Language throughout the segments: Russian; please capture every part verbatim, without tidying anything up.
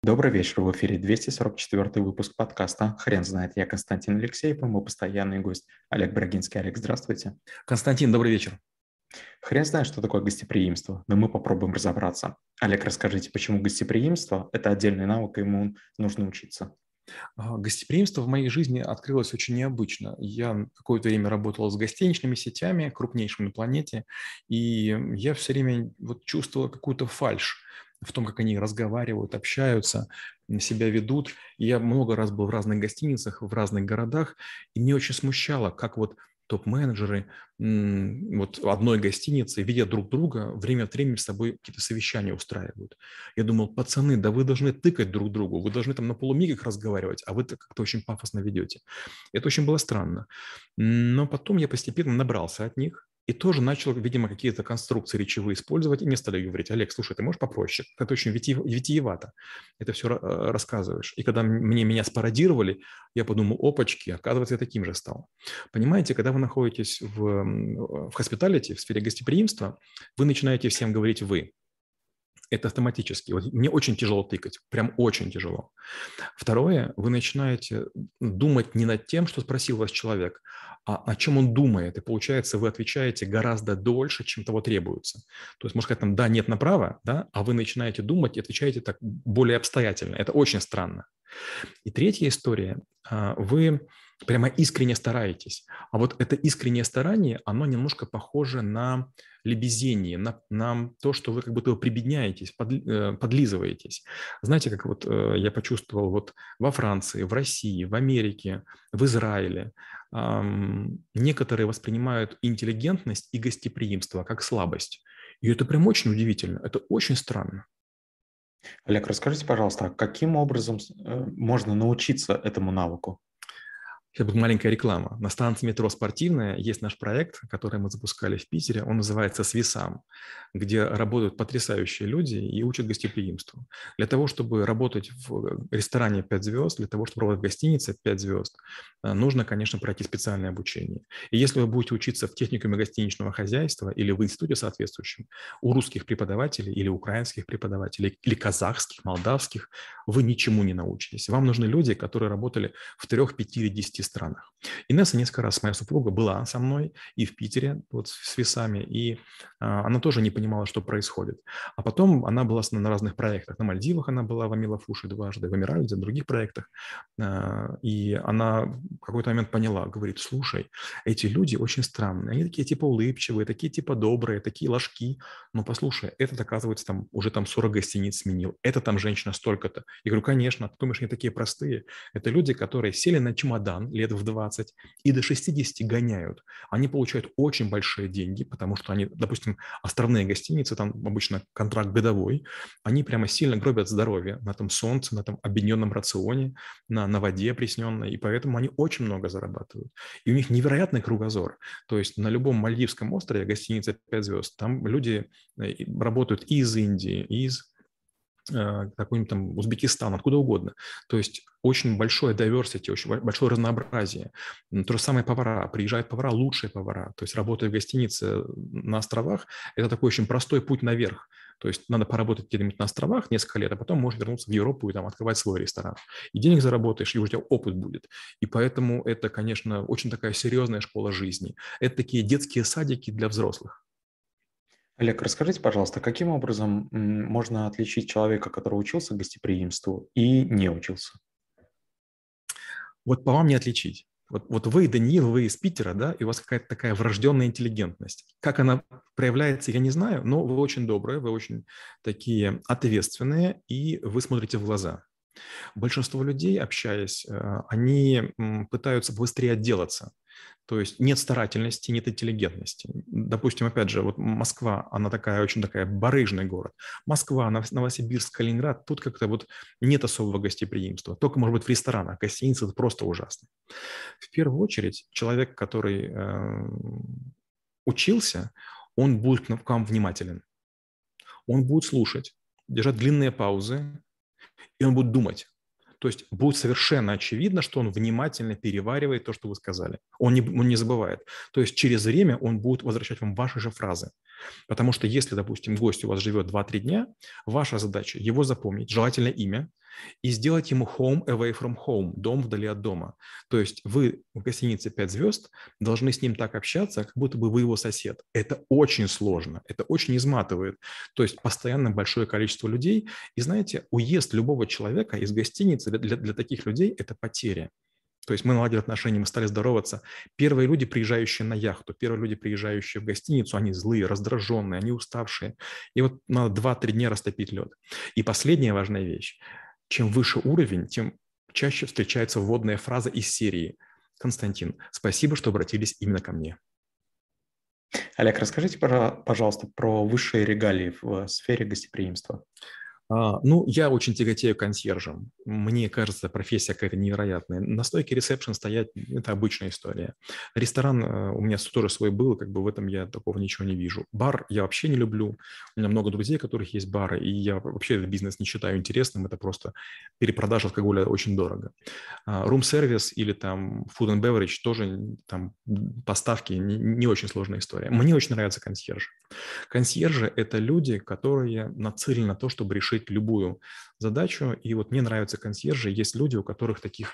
Добрый вечер, в эфире двести сорок четвёртый выпуск подкаста «Хрен знает». Я Константин Алексеев и мой постоянный гость Олег Брагинский. Олег, здравствуйте. Константин, добрый вечер. Хрен знает, что такое гостеприимство, но мы попробуем разобраться. Олег, расскажите, почему гостеприимство– это отдельный навык, и ему нужно учиться? А, Гостеприимство в моей жизни открылось очень необычно. Я какое-то время работал с гостиничными сетями, крупнейшими на планете, и я все время вот чувствовал какую-то фальшь в том, как они разговаривают, общаются, себя ведут. И я много раз был в разных гостиницах, в разных городах, и мне очень смущало, как вот топ-менеджеры м, вот в одной гостинице, видя друг друга, время от времени с собой какие-то совещания устраивают. Я думал, пацаны, да вы должны тыкать друг другу, вы должны там на полумигах разговаривать, а вы так как-то очень пафосно ведете. Это очень было странно. Но потом я постепенно набрался от них и тоже начал, видимо, какие-то конструкции речевые использовать, и мне стали говорить: Олег, слушай, ты можешь попроще? Это очень витиев- витиевато. Это все ра- рассказываешь. И когда мне меня спародировали, я подумал, опачки, оказывается, я таким же стал. Понимаете, когда вы находитесь в, м, в хоспиталити, в сфере гостеприимства, вы начинаете всем говорить «вы». Это автоматически. Вот мне очень тяжело тыкать, прям очень тяжело. Второе, вы начинаете думать не над тем, что спросил вас человек, а о чем он думает. И получается, вы отвечаете гораздо дольше, чем того требуется. То есть, можно сказать, там, да, нет, направо, да, а вы начинаете думать и отвечаете так более обстоятельно. Это очень странно. И третья история. а, Вы прямо искренне стараетесь. А вот это искреннее старание, оно немножко похоже на лебезение, на, на то, что вы как будто вы прибедняетесь, подли- э, подлизываетесь. Знаете, как вот э, я почувствовал вот во Франции, в России, в Америке, в Израиле, ам, некоторые воспринимают интеллигентность и гостеприимство как слабость. И это прям очень удивительно, это очень странно. Олег, расскажите, пожалуйста, а каким образом э, можно научиться этому навыку? Сейчас будет маленькая реклама. На станции метро «Спортивная» есть наш проект, который мы запускали в Питере. Он называется «Свисам», где работают потрясающие люди и учат гостеприимству. Для того, чтобы работать в ресторане пять звезд, для того, чтобы работать в гостинице пять звезд, нужно, конечно, пройти специальное обучение. И если вы будете учиться в техникуме гостиничного хозяйства или в институте соответствующем, у русских преподавателей или украинских преподавателей, или казахских, молдавских, вы ничему не научитесь. Вам нужны люди, которые работали в трех, пяти или десяти странах. Инесса несколько раз, моя супруга, была со мной и в Питере вот с весами, и а, она тоже не понимала, что происходит. А потом она была на разных проектах. На Мальдивах она была, в Амилафуше дважды, в Эмиральде, в других проектах. А, и она в какой-то момент поняла, говорит: слушай, эти люди очень странные. Они такие типа улыбчивые, такие типа добрые, такие ложки. Но послушай, этот, оказывается, там уже там сорок гостиниц сменил. Это там женщина столько-то. Я говорю, конечно, ты думаешь, они такие простые? Это люди, которые сели на чемодан лет в двадцать и до шестидесяти гоняют. Они получают очень большие деньги, потому что они, допустим, островные гостиницы, там обычно контракт годовой, они прямо сильно гробят здоровье на этом солнце, на этом объединенном рационе, на, на воде присненной, и поэтому они очень много зарабатывают. И у них невероятный кругозор. То есть на любом Мальдивском острове, гостиница пять звезд, там люди работают и из Индии, и из какой-нибудь там Узбекистан, откуда угодно. То есть очень большое diversity, очень большое разнообразие. То же самое повара. Приезжают повара, лучшие повара. То есть работая в гостинице на островах, это такой очень простой путь наверх. То есть надо поработать где-нибудь на островах несколько лет, а потом можно вернуться в Европу и там открывать свой ресторан. И денег заработаешь, и уже у тебя опыт будет. И поэтому это, конечно, очень такая серьезная школа жизни. Это такие детские садики для взрослых. Олег, расскажите, пожалуйста, каким образом м, можно отличить человека, который учился гостеприимству и не учился? Вот по вам не отличить. Вот, вот вы, Даниил, вы из Питера, да, и у вас какая-то такая врожденная интеллигентность. Как она проявляется, я не знаю, но вы очень добрые, вы очень такие ответственные, и вы смотрите в глаза. Большинство людей, общаясь, э, они пытаются быстрее отделаться. То есть нет старательности, нет интеллигентности. Допустим, опять же, вот Москва, она такая, очень такая барыжный город. Москва, Новосибирск, Калининград, тут как-то вот нет особого гостеприимства. Только, может быть, в ресторанах, гостиницы, это просто ужасно. В первую очередь, человек, который э, учился, он будет к вам внимателен. Он будет слушать, держать длинные паузы, и он будет думать. То есть будет совершенно очевидно, что он внимательно переваривает то, что вы сказали. Он не, он не забывает. То есть через время он будет возвращать вам ваши же фразы. Потому что если, допустим, гость у вас живет два-три дня, ваша задача его запомнить, желательно имя, и сделать ему home away from home, дом вдали от дома. То есть вы в гостинице пять звезд должны с ним так общаться, как будто бы вы его сосед. Это очень сложно, это очень изматывает. То есть постоянно большое количество людей. И знаете, уезд любого человека из гостиницы для, для, для таких людей – это потеря. То есть мы наладили отношения, мы стали здороваться. Первые люди, приезжающие на яхту, первые люди, приезжающие в гостиницу, они злые, раздраженные, они уставшие. И вот надо два-три дня растопить лед. И последняя важная вещь. Чем выше уровень, тем чаще встречается вводная фраза из серии: «Константин, спасибо, что обратились именно ко мне». Олег, расскажите, пожалуйста, про высшие регалии в сфере гостеприимства. А, ну, я очень тяготею консьержем. Мне кажется, профессия какая-то невероятная. На стойке ресепшн стоять – это обычная история. Ресторан у меня тоже свой был, как бы в этом я такого ничего не вижу. Бар я вообще не люблю. У меня много друзей, у которых есть бары, и я вообще этот бизнес не считаю интересным. Это просто перепродажа алкоголя очень дорого. Рум-сервис или там food and beverage тоже там поставки не, не очень сложная история. Мне очень нравятся консьержи. Консьержи – это люди, которые нацелены на то, чтобы решить любую задачу. И вот мне нравятся консьержи. Есть люди, у которых таких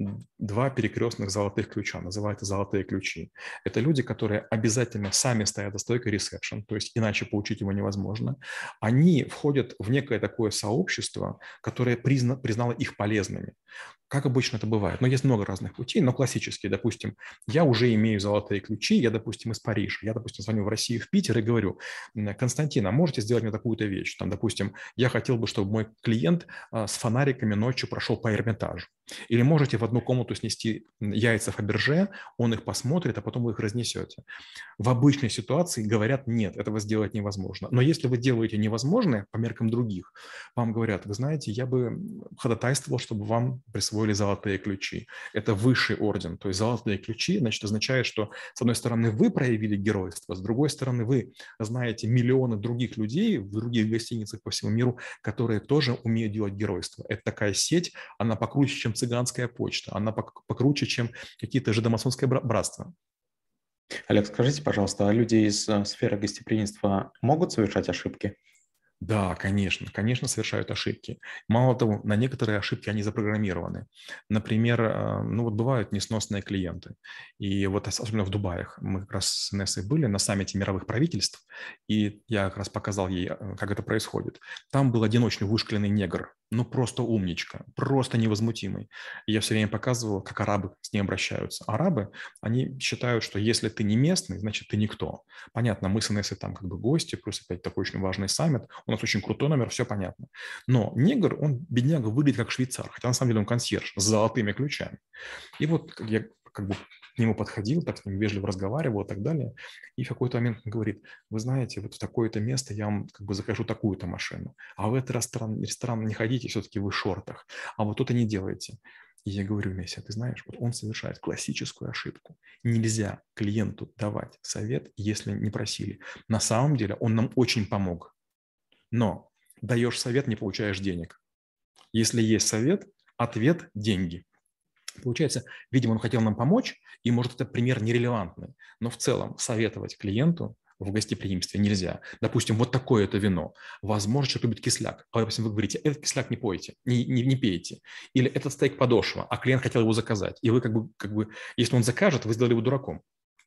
два перекрестных золотых ключа, называются золотые ключи. Это люди, которые обязательно сами стоят за стойкой ресепшн, то есть иначе получить его невозможно. Они входят в некое такое сообщество, которое призна, признало их полезными. Как обычно это бывает. Но есть много разных путей, но классические. Допустим, я уже имею золотые ключи, я, допустим, из Парижа. Я, допустим, звоню в Россию, в Питер и говорю: Константин, а можете сделать мне такую-то вещь? Там, допустим, я хотел бы, чтобы мой клиент а, с фонариками ночью прошел по Эрмитажу. Или можете в одну комнату снести яйца Фаберже, он их посмотрит, а потом вы их разнесете. В обычной ситуации говорят: нет, этого сделать невозможно. Но если вы делаете невозможное по меркам других, вам говорят: вы знаете, я бы ходатайствовал, чтобы вам присвоили золотые ключи. Это высший орден. То есть золотые ключи, значит, означает, что с одной стороны вы проявили геройство, с другой стороны вы знаете миллионы других людей в других гостиницах по всему миру, которые тоже умеют делать геройство. Это такая сеть, она покруче, чем цыганская почта, она покруче, чем какие-то жидомасонское братство. Олег, скажите, пожалуйста, а люди из сферы гостеприимства могут совершать ошибки? Да, конечно, конечно, совершают ошибки. Мало того, на некоторые ошибки они запрограммированы. Например, ну вот бывают несносные клиенты. И вот особенно в Дубаях. Мы как раз с Инессой были на саммите мировых правительств, и я как раз показал ей, как это происходит. Там был один очень вышкаленный негр, ну просто умничка, просто невозмутимый. И я все время показывал, как арабы с ним обращаются. Арабы, они считают, что если ты не местный, значит ты никто. Понятно, мы с Инессой там как бы гости, плюс опять такой очень важный саммит. У нас очень крутой номер, все понятно. Но негр, он, бедняга, выглядит как швейцар, хотя на самом деле он консьерж с золотыми ключами. И вот я как бы к нему подходил, так с ним вежливо разговаривал и так далее. И в какой-то момент он говорит: вы знаете, вот в такое-то место я вам как бы закажу такую-то машину, а в этот ресторан, ресторан не ходите, все-таки вы в шортах, а вот это не делайте. И я говорю: Месси, ты знаешь, вот он совершает классическую ошибку. Нельзя клиенту давать совет, если не просили. На самом деле он нам очень помог. Но даешь совет, не получаешь денег. Если есть совет, ответ – деньги. Получается, видимо, он хотел нам помочь, и, может, это пример нерелевантный. Но в целом советовать клиенту в гостеприимстве нельзя. Допустим, вот такое это вино. Возможно, человек любит кисляк. А, допустим, вы говорите: этот кисляк не пойте, не, не, не пейте. Или этот стейк подошва, а клиент хотел его заказать. И вы как бы, как бы, если он закажет, вы сделали его дураком.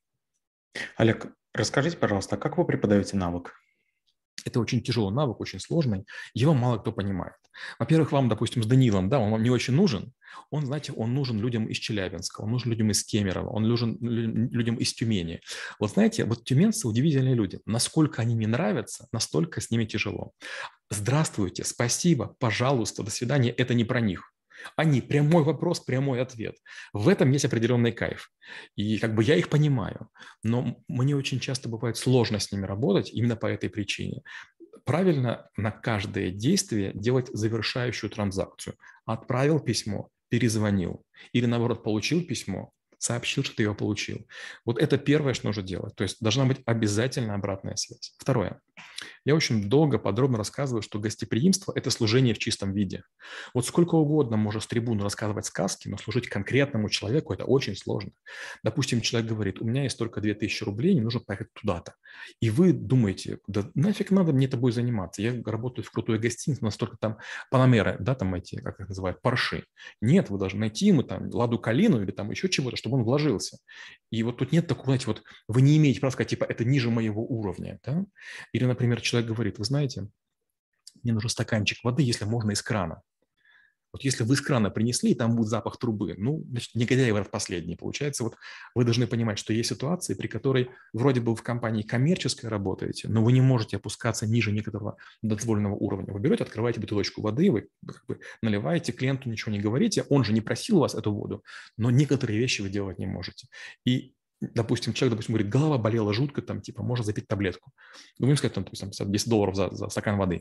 Олег, расскажите, пожалуйста, а как вы преподаете навык? Это очень тяжелый навык, очень сложный. Его мало кто понимает. Во-первых, вам, допустим, с Данилом, да, он вам не очень нужен. Он, знаете, он нужен людям из Челябинска, он нужен людям из Кемерово, он нужен людям из Тюмени. Вот знаете, вот тюменцы удивительные люди. Насколько они мне нравятся, настолько с ними тяжело. Здравствуйте, спасибо, пожалуйста, до свидания. Это не про них. Они прямой вопрос, прямой ответ. В этом есть определенный кайф. И как бы я их понимаю, но мне очень часто бывает сложно с ними работать именно по этой причине. Правильно на каждое действие делать завершающую транзакцию. Отправил письмо, перезвонил. Или наоборот, получил письмо, сообщил, что ты его получил. Вот это первое, что нужно делать. То есть должна быть обязательно обратная связь. Второе. Я очень долго, подробно рассказываю, что гостеприимство – это служение в чистом виде. Вот сколько угодно можно с трибуны рассказывать сказки, но служить конкретному человеку – это очень сложно. Допустим, человек говорит, у меня есть только две тысячи рублей, мне нужно поехать туда-то. И вы думаете, да нафиг надо мне тобой заниматься? Я работаю в крутой гостинице, настолько там панамеры, да, там эти, как их называют, парши. Нет, вы должны найти ему там ладу калину или там еще чего-то, чтобы он вложился. И вот тут нет такого, знаете, вот вы не имеете права сказать, типа, это ниже моего уровня, да? Или, например, человек говорит, вы знаете, мне нужен стаканчик воды, если можно, из крана. Вот если вы из крана принесли, и там будет запах трубы, ну, значит, негодяй вы последний. Получается, вот вы должны понимать, что есть ситуации, при которой вроде бы вы в компании коммерческой работаете, но вы не можете опускаться ниже некоторого дозволенного уровня. Вы берете, открываете бутылочку воды, вы как бы наливаете, клиенту ничего не говорите, он же не просил у вас эту воду, но некоторые вещи вы делать не можете. И допустим, человек, допустим, говорит, голова болела жутко, там, типа, можно запить таблетку. Думаю, сказать, там, допустим, десять долларов за, за стакан воды.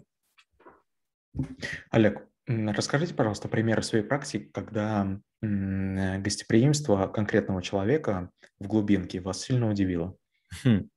Олег, расскажите, пожалуйста, примеры своей практики, когда гостеприимство конкретного человека в глубинке вас сильно удивило. Хм.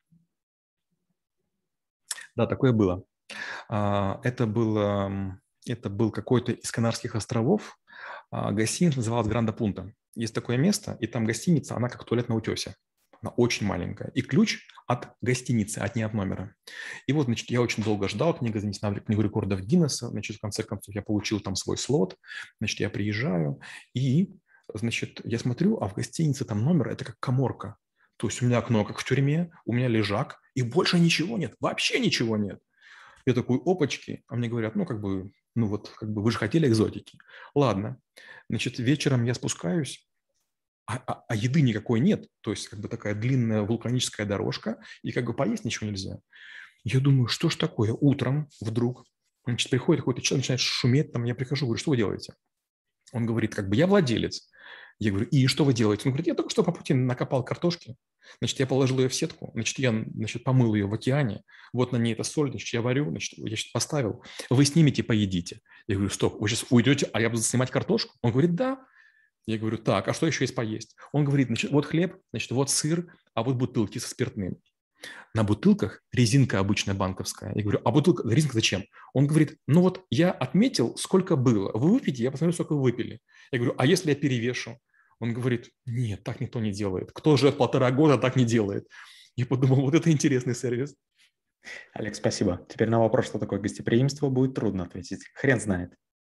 Да, такое было. Это было, это был какой-то из Канарских островов. Гостиница называлась Гранда Пунта. Есть такое место, и там гостиница, она как туалет на утесе. Она очень маленькая. И ключ от гостиницы, от не от номера. И вот, значит, я очень долго ждал, книга занесена в книгу рекордов Гиннесса. Значит, в конце концов, я получил там свой слот. Значит, я приезжаю, и, значит, я смотрю, а в гостинице там номер, это как каморка. То есть у меня окно, как в тюрьме, у меня лежак, и больше ничего нет, вообще ничего нет. Я такой, опачки, а мне говорят, ну, как бы, ну, вот, как бы, вы же хотели экзотики. Ладно, значит, вечером я спускаюсь, а, а, а еды никакой нет, то есть, как бы, такая длинная вулканическая дорожка, и, как бы, поесть ничего нельзя. Я думаю, что ж такое, утром вдруг, значит, приходит какой-то человек, начинает шуметь, там, я прихожу, говорю, что вы делаете? Он говорит, как бы, я владелец. Я говорю, и что вы делаете? Он говорит, я только что по пути накопал картошки. Значит, я положил ее в сетку, значит, я, значит, помыл ее в океане, вот на ней эта соль, значит, я варю, значит, я сейчас поставил, вы снимете, поедите. Я говорю, стоп, вы сейчас уйдете, а я буду снимать картошку? Он говорит, да. Я говорю, так, а что еще есть поесть? Он говорит, значит, вот хлеб, значит, вот сыр, а вот бутылки со спиртным. На бутылках резинка обычная банковская. Я говорю, а бутылка, резинка зачем? Он говорит, ну вот я отметил, сколько было. Вы выпьете, я посмотрю, сколько вы выпили. Я говорю, а если я перевешу? Он говорит, нет, так никто не делает. Кто живет полтора года, так не делает. Я подумал, вот это интересный сервис. Олег, спасибо. Теперь на вопрос, что такое гостеприимство, будет трудно ответить. Хрен знает.